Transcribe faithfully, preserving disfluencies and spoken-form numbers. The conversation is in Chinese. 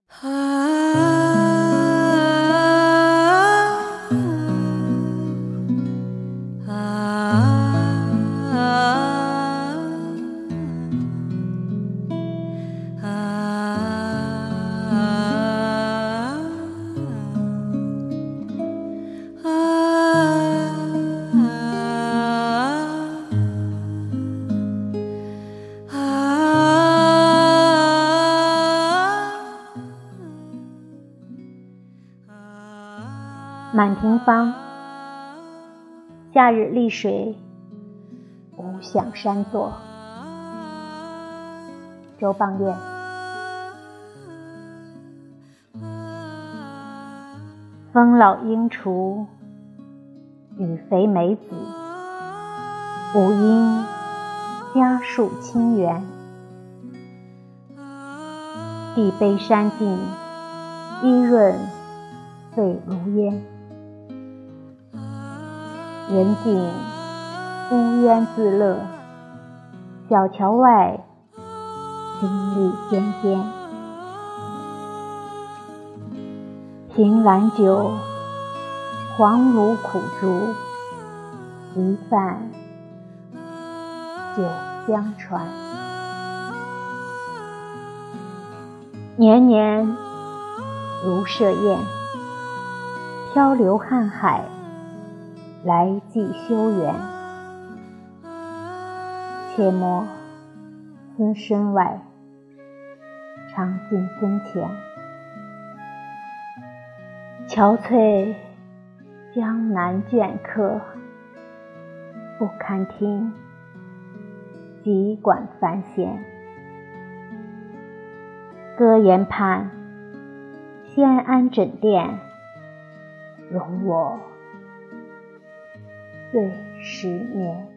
满庭芳，夏日丽水，无响山作。周邦彦。风老鹰雏，雨肥梅子，无因家树清源。地悲山尽，衣润沸如烟。人尽乌渊自乐，小桥外心力翩翩。凭兰酒，黄芦苦竹，一饭酒香传。年年如设宴，漂流瀚海，来寄修缘。切莫思身外，常尽樽前。憔悴江南倦客，不堪听急管繁弦。歌言畔，先安枕垫，容我醉十年。